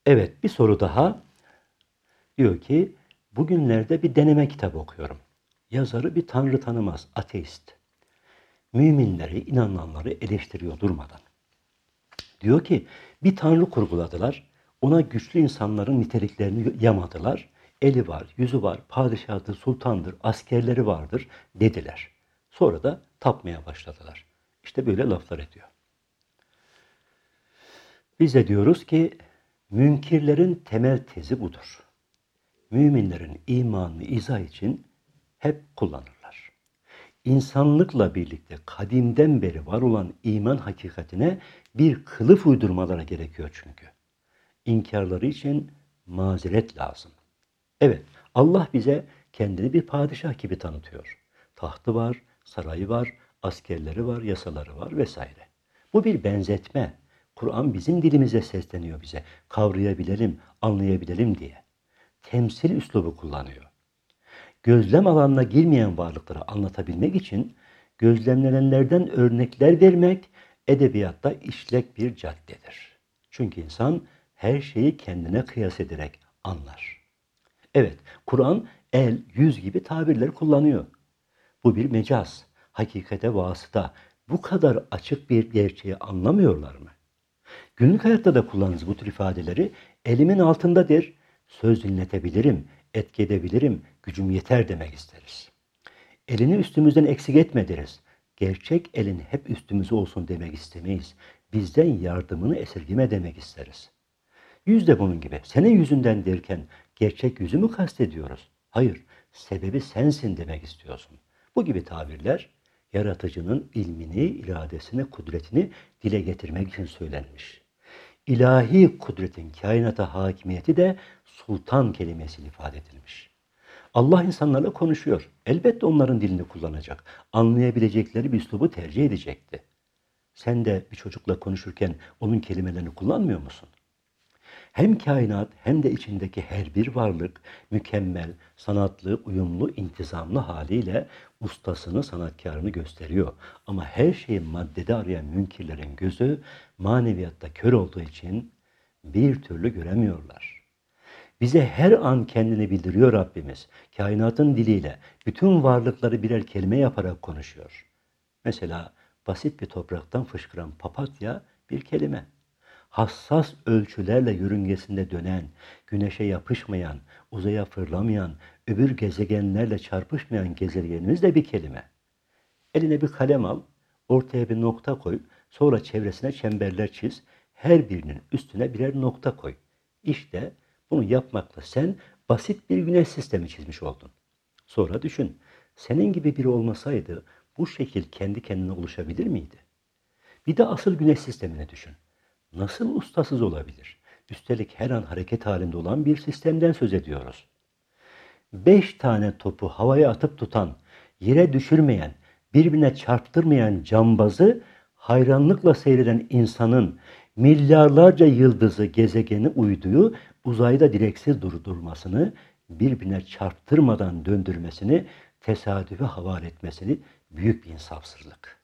Evet, bir soru daha. Diyor ki, bugünlerde bir deneme kitabı okuyorum. Yazarı bir tanrı tanımaz, ateist. Müminleri, inananları eleştiriyor durmadan. Diyor ki, bir tanrı kurguladılar, ona güçlü insanların niteliklerini yamadılar. Eli var, yüzü var, padişahtır, sultandır, askerleri vardır dediler. Sonra da tapmaya başladılar. İşte böyle laflar ediyor. Biz de diyoruz ki, münkirlerin temel tezi budur. Müminlerin imanını izah için hep kullanırlar. İnsanlıkla birlikte kadimden beri var olan iman hakikatine bir kılıf uydurmaları gerekiyor çünkü. İnkarları için mazeret lazım. Evet, Allah bize kendini bir padişah gibi tanıtıyor. Tahtı var, sarayı var, askerleri var, yasaları var vesaire. Bu bir benzetme. Kur'an bizim dilimize sesleniyor bize. Kavrayabilelim, anlayabilelim diye. Temsil üslubu kullanıyor. Gözlem alanına girmeyen varlıkları anlatabilmek için gözlemlenenlerden örnekler vermek edebiyatta işlek bir caddedir. Çünkü insan her şeyi kendine kıyas ederek anlar. Evet, Kur'an el, yüz gibi tabirler kullanıyor. Bu bir mecaz, hakikate vasıta. Bu kadar açık bir gerçeği anlamıyorlar mı? Günlük hayatta da kullanırız bu tür ifadeleri. Elimin altındadır, söz dinletebilirim, etki edebilirim, gücüm yeter demek isteriz. Elini üstümüzden eksik etme deriz. Gerçek elin hep üstümüzde olsun demek istemeyiz. Bizden yardımını esirgeme demek isteriz. Yüz de bunun gibi. Senin yüzünden derken gerçek yüzü mü kastediyoruz? Hayır, sebebi sensin demek istiyorsun. Bu gibi tabirler yaratıcının ilmini, iradesini, kudretini dile getirmek için söylenmiş. İlahi kudretin kainata hakimiyeti de sultan kelimesiyle ifade edilmiş. Allah insanlarla konuşuyor. Elbette onların dilini kullanacak. Anlayabilecekleri bir üslubu tercih edecekti. Sen de bir çocukla konuşurken onun kelimelerini kullanmıyor musun? Hem kainat hem de içindeki her bir varlık mükemmel, sanatlı, uyumlu, intizamlı haliyle ustasını, sanatkarını gösteriyor. Ama her şeyi maddede arayan münkirlerin gözü maneviyatta kör olduğu için bir türlü göremiyorlar. Bize her an kendini bildiriyor Rabbimiz. Kainatın diliyle bütün varlıkları birer kelime yaparak konuşuyor. Mesela basit bir topraktan fışkıran papatya bir kelime. Hassas ölçülerle yörüngesinde dönen, güneşe yapışmayan, uzaya fırlamayan, öbür gezegenlerle çarpışmayan gezegenimiz de bir kelime. Eline bir kalem al, ortaya bir nokta koy, sonra çevresine çemberler çiz, her birinin üstüne birer nokta koy. İşte bunu yapmakla sen basit bir güneş sistemi çizmiş oldun. Sonra düşün, senin gibi biri olmasaydı bu şekil kendi kendine oluşabilir miydi? Bir de asıl güneş sistemini düşün. Nasıl ustasız olabilir? Üstelik her an hareket halinde olan bir sistemden söz ediyoruz. 5 tane topu havaya atıp tutan, yere düşürmeyen, birbirine çarptırmayan cambazı hayranlıkla seyreden insanın milyarlarca yıldızı, gezegeni uyduyu uzayda direksiz durdurmasını, birbirine çarptırmadan döndürmesini, tesadüfe havale etmesini büyük bir insafsızlık.